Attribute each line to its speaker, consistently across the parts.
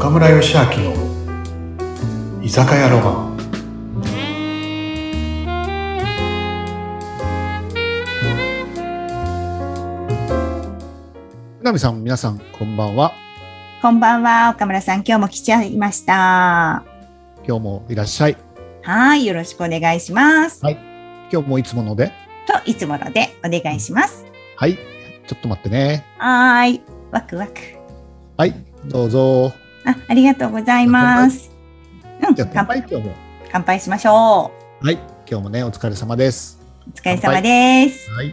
Speaker 1: 岡村義明の居酒屋ロマン。
Speaker 2: 南さん、皆さんこんばんは。
Speaker 3: こんばんは、岡村さん、今日も来ちゃいました。
Speaker 2: 今日もいらっしゃい。
Speaker 3: はい、よろしくお願いします。
Speaker 2: はい、今日もいつもので
Speaker 3: いつものでお願いします。
Speaker 2: はい、ちょっと待ってね。
Speaker 3: はい、ワクワク。
Speaker 2: はい、どうぞ。
Speaker 3: ありがとうございます。
Speaker 2: じゃあ乾杯。今日も
Speaker 3: 乾杯しましょ
Speaker 2: う。はい、今日もね、お疲れ様です。
Speaker 3: お疲れ様です。
Speaker 2: はい。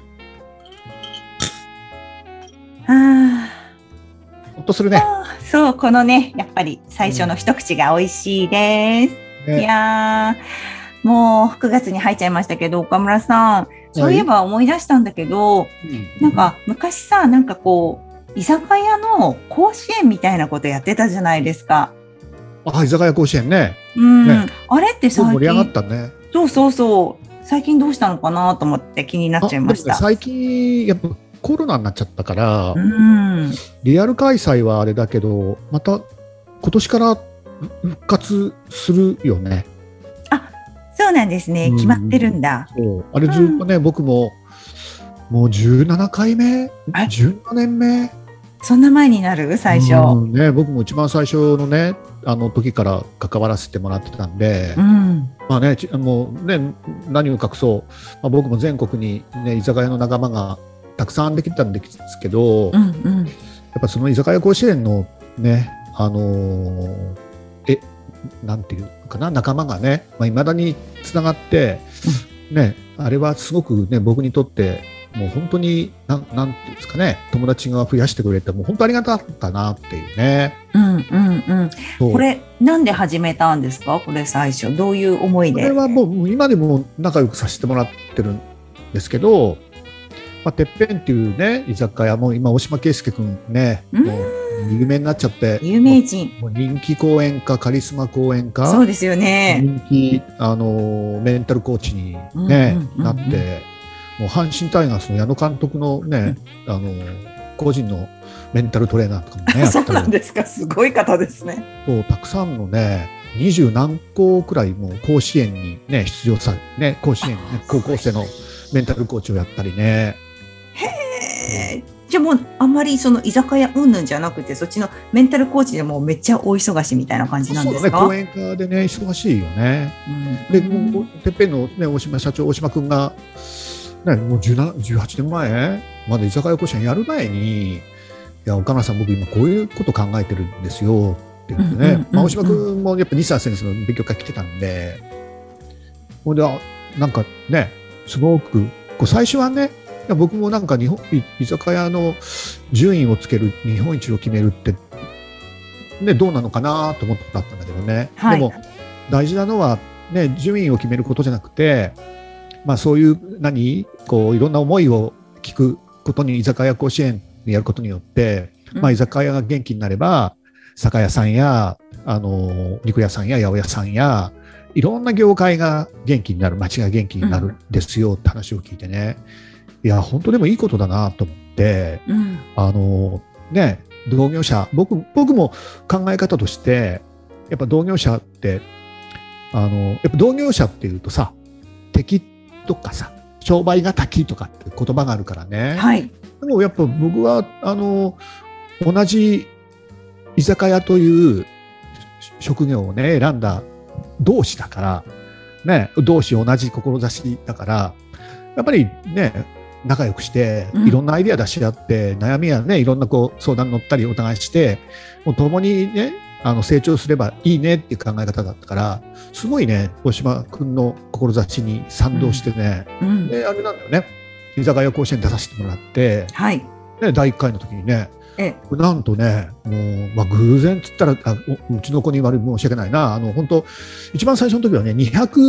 Speaker 2: ほっとするね。
Speaker 3: そう、このね、やっぱり最初の一口が美味しいです。いやー、もう9月に入っちゃいましたけど、岡村さん、そういえば思い出したんだけど、なんか昔さ、なんかこう、居酒屋の甲子園みたいなことやってたじゃないですか。
Speaker 2: 居酒屋甲子園ね。
Speaker 3: あれって最近
Speaker 2: 盛り上がったね。
Speaker 3: そう。最近どうしたのかなと思って気になっちゃいました。
Speaker 2: 最近、やっぱコロナになっちゃったから、リアル開催はあれだけど、また今年から復活するよね。
Speaker 3: そうなんですね。決まってるんだ。
Speaker 2: そうあれずっとね、僕ももう17回目、17年目。
Speaker 3: そんな前になる最初。
Speaker 2: 僕も一番最初のね、時から関わらせてもらってたんで、まあね、もうね、何を隠そう、僕も全国にね、居酒屋の仲間がたくさんできたんですけど、やっぱその居酒屋甲子園のね、なんていうかな、仲間がね、未だにつながって、ね、あれはすごくね、僕にとってもう本当になんていうんですかね、友達が増やしてくれてもう本当ありがたかったなっていうね。
Speaker 3: これなんで始めたんですか？これ最初どういう思いで？
Speaker 2: これはもう今でも仲良くさせてもらってるんですけど、てっぺんっていうね、居酒屋も今大島圭介君ね、もう有名になっちゃって、
Speaker 3: 有名人、
Speaker 2: もう人気講演家、カリスマ講演家、
Speaker 3: そうですよね。
Speaker 2: 人気メンタルコーチに、ねなって、もう阪神タイガースの矢野監督のね、個人のメンタルトレーナーとかもね、
Speaker 3: そうなんですか、すごい方ですね。
Speaker 2: そうたくさんのね、20何校くらいもう甲子園にね出場さね、甲子園、高校生のメンタルコーチをやったりね。
Speaker 3: じゃあもうあんまりその居酒屋うんぬんじゃなくて、そっちのメンタルコーチでもめっちゃ大忙しみたいな感じなんですか？
Speaker 2: そうだね、講演家でね忙しいよね。でてっぺんの、ね、大島社長、大島君が、ね、もう18年前まだ居酒屋甲子園やる前に、いや岡村さん、僕今こういうこと考えてるんですよって言ってね、大島君もやっぱ西田先生の勉強会来てたんで、ほんでなんかね、すごくこう最初はね、僕もなんか居酒屋の順位をつける、日本一を決めるって、ね、どうなのかなと思ったんだけどね、でも大事なのは、ね、順位を決めることじゃなくて、そういうこういろんな思いを聞くことに、居酒屋甲子園でやることによって、居酒屋が元気になれば酒屋さんや肉屋さんや八百屋さんやいろんな業界が元気になる、街が元気になるんですよって話を聞いてね、いや本当でもいいことだなと思って、ね、同業者、僕も考え方として、やっぱ同業者ってやっぱ同業者っていうとさ、敵とかさ、商売敵とかって言葉があるからね、でもやっぱ僕は同じ居酒屋という職業をね選んだ同志だからね、同志同じ志だから、やっぱりね仲良くしていろんなアイデア出し合って、悩みやねいろんなこう相談乗ったりお互いして、もう共にね成長すればいいねっていう考え方だったから、すごいね大島君の志に賛同してね、であれなんだよね、居酒屋甲子園出させてもらって、ね、第1回の時にね、なんとね、もう偶然っつったらうちの子に悪い申し訳ないな、本当一番最初の時はね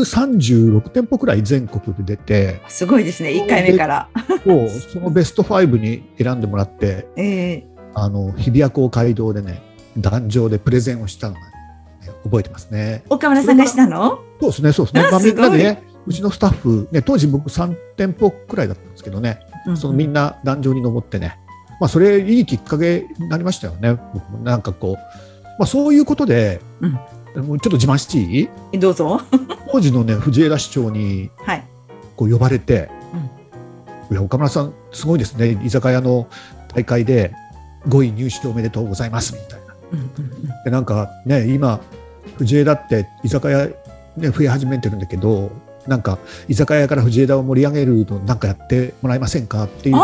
Speaker 2: 236店舗くらい全国で出て、
Speaker 3: すごいですね、1回目から
Speaker 2: そのベスト5に選んでもらって、日比谷公会堂でね壇上でプレゼンをしたのが、覚えてますね。
Speaker 3: 岡村さんがしたの？
Speaker 2: そうですね、そうですね。みんなでね、うちのスタッフ、ね、当時僕3店舗くらいだったんですけどね、そのみんな壇上に登ってね、それいいきっかけになりましたよね。僕もなんかこうまあ、そういうことで、もうちょっと自慢していい？
Speaker 3: どうぞ。
Speaker 2: 当時のね、藤枝市長に
Speaker 3: はい。
Speaker 2: こう呼ばれて、いや岡村さんすごいですね、居酒屋の大会で5位入賞おめでとうございますみたいな。でなんかね、今藤枝って居酒屋、ね、増え始めてるんだけど、なんか居酒屋から藤枝を盛り上げるのなんかやってもらえませんかって言って、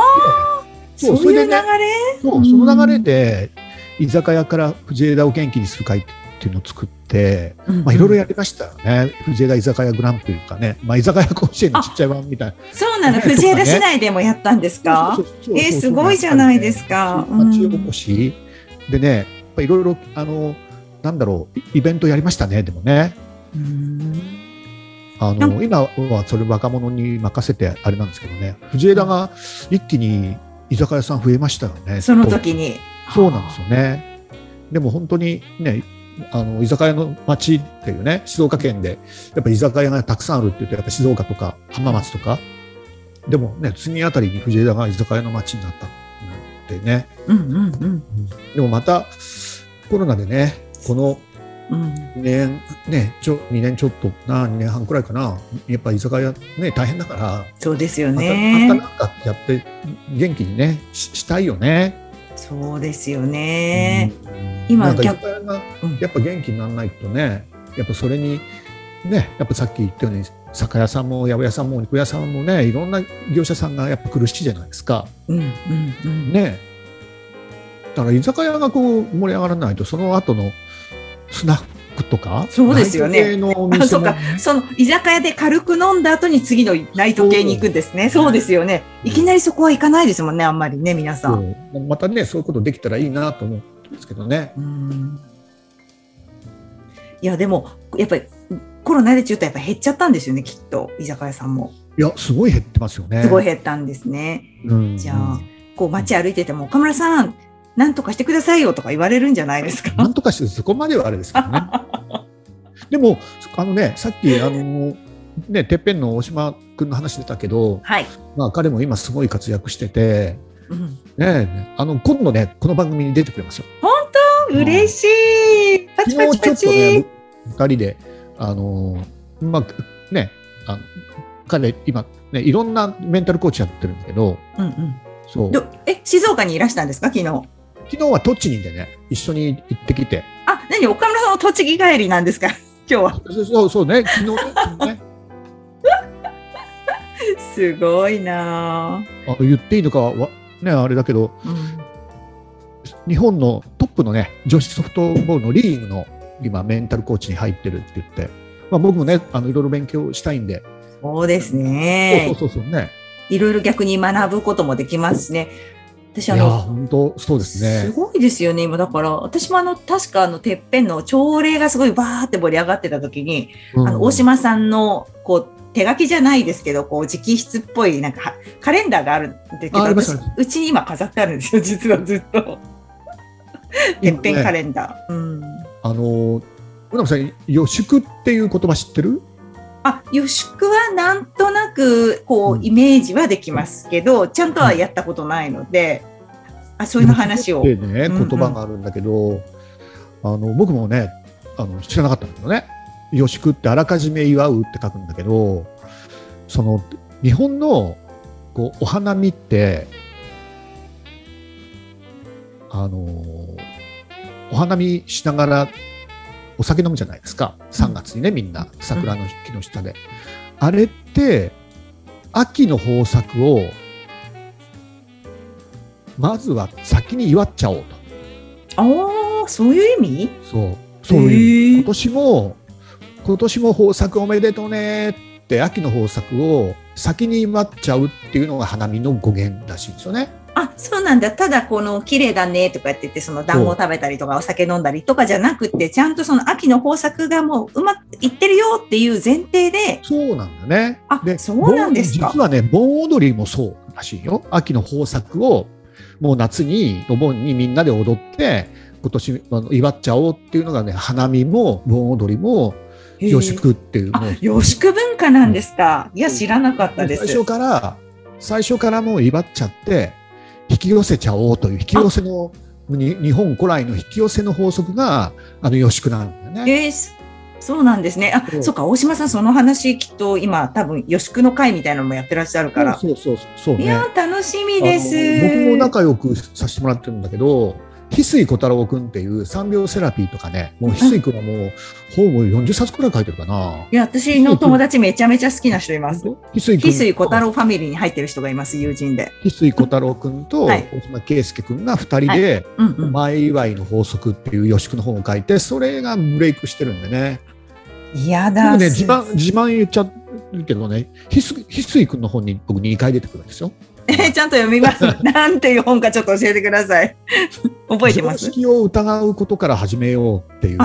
Speaker 3: そういう流れ？
Speaker 2: その流れで居酒屋から藤枝を元気にする会っていうのを作って、まあ、いろいろやりましたよね。藤枝居酒屋グランプリとかね、まあ、居酒屋甲子園のちっちゃい版みたいな。
Speaker 3: そうなの、藤枝市内でもやったんですか？すごいじゃないですか。
Speaker 2: 町おこしでね、いろいろなんだろう、イベントやりましたね。でもね、今はそれ若者に任せてあれなんですけどね、藤枝が一気に居酒屋さん増えましたよね。
Speaker 3: その時に。
Speaker 2: そうなんですよね。でも本当にね、居酒屋の町っていうね、静岡県でやっぱ居酒屋がたくさんあるっていうと、やっぱ静岡とか浜松とか、でもね、次あたりに藤枝が居酒屋の町になったってね。でもまたコロナでね、この2年ね、2年ちょっとな、2年半くらいかな、やっぱ居酒屋ね大変だから。
Speaker 3: そうですよね。
Speaker 2: またなんかやって元気にね したいよね。
Speaker 3: そうですよね。今
Speaker 2: 居酒屋がやっぱ元気にならないとね、やっぱそれにね、やっぱさっき言ったように酒屋さんも八百屋さんも肉屋さんもね、いろんな業者さんがやっぱ苦しいじゃないですか。ね、だから居酒屋がこう盛り上がらないと、その後のスナックとか、
Speaker 3: そうですよね。そうか、その居酒屋で軽く飲んだ後に次のナイト系に行くんですね。そうですよね。いきなりそこは行かないですもんね、あんまりね、皆さん。
Speaker 2: またね、そういうことできたらいいなと思うんですけどね。
Speaker 3: いや、でもやっぱりコロナでちょっとやっぱ減っちゃったんですよね、きっと居酒屋さんも。
Speaker 2: いや、すごい減ってますよね。
Speaker 3: すごい減ったんですね。じゃあこう街歩いてても、岡村さんなんとかしてくださいよとか言われるんじゃないですか。
Speaker 2: なんとかして、そこまではあれですけどね。でもさっきね、てっぺんの大島君の話出たけど、まあ彼も今すごい活躍してて、ね、今度ねこの番組に出てくれますよ。
Speaker 3: 本当嬉しい。パチパチパチ。
Speaker 2: ちょっとね2人でまあね、彼今ねいろんなメンタルコーチやってるんだけど、そう
Speaker 3: 静岡にいらしたんですか？昨日
Speaker 2: は栃木でね一緒に行ってきて。
Speaker 3: 何、岡村さんの栃木帰りなんですか今日は。
Speaker 2: そうね、昨日ね。
Speaker 3: すごいな。
Speaker 2: 言っていいのかはねあれだけど、日本のトップのね女子ソフトボールのリーグの今メンタルコーチに入ってるって言って、まあ、僕もねいろいろ勉強したいんで。
Speaker 3: そうですね。
Speaker 2: そうね。
Speaker 3: いろいろ逆に学ぶこともできますしね。私
Speaker 2: 本当そうですね。
Speaker 3: すごいですよね。今だから私も確かてっぺんの朝礼がすごいバーって盛り上がってた時に、大島さんのこう手書きじゃないですけど、こう直筆っぽいなんかカレンダーがあるんだけど、うちに今飾ってあるんですよ、実はずっと。てっぺんカレンダー。
Speaker 2: 村さん、予祝っていう言葉知ってる？
Speaker 3: 予祝はなんとなくこうイメージはできますけど、ちゃんとはやったことないので、そういう話を。
Speaker 2: ね、言葉があるんだけど、僕もね知らなかったんだけどね、予祝ってあらかじめ祝うって書くんだけど、その日本のこうお花見ってお花見しながらお酒飲むじゃないですか。3月にね、みんな桜の木の下で、あれって秋の豊作をまずは先に祝っちゃおうと。
Speaker 3: そういう意味？
Speaker 2: そういう今年も豊作おめでとうねって秋の豊作を先に祝っちゃうっていうのが花見の語源らしいんですよね。
Speaker 3: そうなんだ。ただ綺麗だねとか言ってその団子を食べたりとかお酒飲んだりとかじゃなくて、ちゃんとその秋の豊作がもううまくいってるよっていう前提で。
Speaker 2: そうなんだね。
Speaker 3: そうなんですか。
Speaker 2: 実はね、盆踊りもそうらしいよ。秋の豊作をもう夏にお盆にみんなで踊って今年祝っちゃおうっていうのがね、花見も盆踊りも予祝っていうの。
Speaker 3: 予祝文化なんですか。いや知らなかったです。
Speaker 2: 最初からもう祝っちゃって引き寄せちゃおうという引き寄せの日本古来の引き寄せの法則が予宿なんだよね。
Speaker 3: そうなんですね。そうか、大島さん、その話きっと今多分予宿の会みたいなのもやってらっしゃるから。
Speaker 2: そうね。
Speaker 3: いや楽しみです。
Speaker 2: 僕も仲良くさせてもらってるんだけど、翡翠小太郎くんっていう3秒セラピーとかね、もう翡翠くんはもう本も40冊くらい書いてるかな。
Speaker 3: いや、私の友達めちゃめちゃ好きな人います。
Speaker 2: 翡
Speaker 3: 翠小太郎ファミリーに入ってる人がいます、友人で。
Speaker 2: 翡翠小太郎くんと大島圭介くんが2人で、前祝いの法則っていう予宿の本を書いて、それがブレイクしてるんでね。
Speaker 3: いやだ、
Speaker 2: ね、自慢言っちゃうけどね、翡翠くんの本に僕2回出てくるんですよ。
Speaker 3: ちゃんと読みます。なんていう本かちょっと教えてください。覚えてます。
Speaker 2: 常識を疑うことから始めようっていう。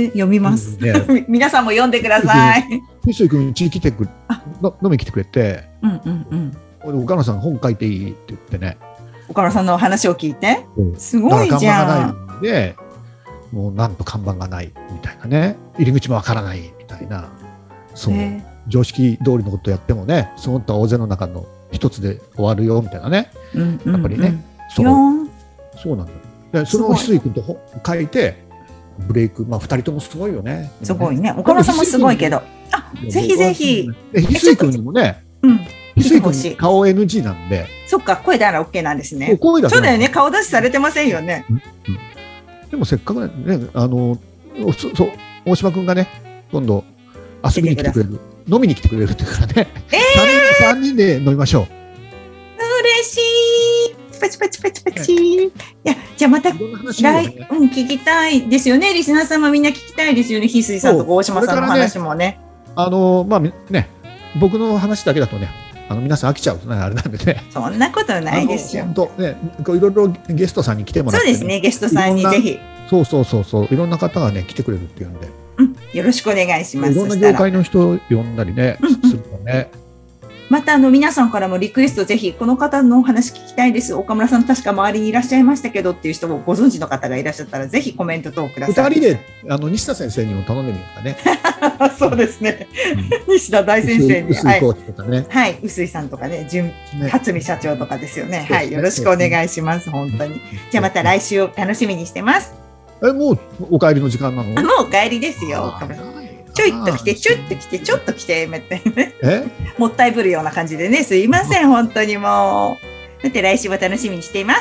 Speaker 3: 読みます。皆さんも読んでください。
Speaker 2: 翡翠くんうち来て飲み来てくれて、岡野さん本書いていいって言ってね。
Speaker 3: 岡野さんの話を聞いて、すごいじゃん。
Speaker 2: 看板がないんで、もうなんと看板がないみたいなね、入り口もわからないみたいな、そう、常識通りのことやってもね、その他大勢の中の一つで終わるよみたいなね、やっぱりね、そうなんだよ。その翡翠君と書いてブレイク、2人ともすごいよね。
Speaker 3: すごいね。岡野さんもすごいけど、ぜひぜひ。
Speaker 2: 翡翠君にもね、翡翠君顔 NG なんで。
Speaker 3: そっか、声なら OK なんですね。そうだよね、顔出しされてませんよね。
Speaker 2: でもせっかくね、大島君がね、今度遊びに来てくれる、飲みに来てくれるっていうからね、3人で飲みましょう。
Speaker 3: 嬉しい。パチパチパチパチ。いや、じゃあまた聞きたいですよね。リスナーさんもみんな聞きたいですよね。翡翠さんとか大島さんの話もね。
Speaker 2: ね、僕の話だけだとね、皆さん飽きちゃうとね、あれなんでね。
Speaker 3: そんなことないですよ。
Speaker 2: 本当ね、いろいろゲストさんに来てもらって、
Speaker 3: そうですね、ゲストさんにぜひ。
Speaker 2: そう、いろんな方がね来てくれるっていうんで。
Speaker 3: よろしくお願いします。
Speaker 2: いろんな業界の人を呼んだりね、するのね。
Speaker 3: また皆さんからもリクエスト、ぜひこの方のお話聞きたいです。岡村さん確か周りにいらっしゃいましたけどっていう人もご存知の方がいらっしゃったら、ぜひコメント等ください。
Speaker 2: 2人で西田先生にも頼んでみようかね。
Speaker 3: そうですね。西田大先生に、
Speaker 2: 臼井コーチとかね。
Speaker 3: はい、臼井さんとかね、初見社長とかですよね。はい、よろしくお願いします。本当に。じゃあまた来週を楽しみにしてます。
Speaker 2: もうお帰りの時間なの？
Speaker 3: もうお帰りですよ。ちょいっと来て、ちょっと来て、ちょっと来て、みたいなね。もったいぶるような感じでね、すいません、本当にもう。だって来週も楽しみにしています。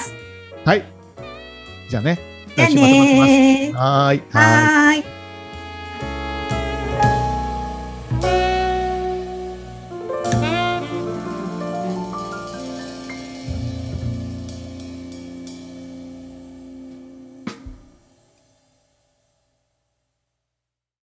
Speaker 2: はい。じゃあね。
Speaker 3: じゃあね。
Speaker 2: はい。
Speaker 3: はい。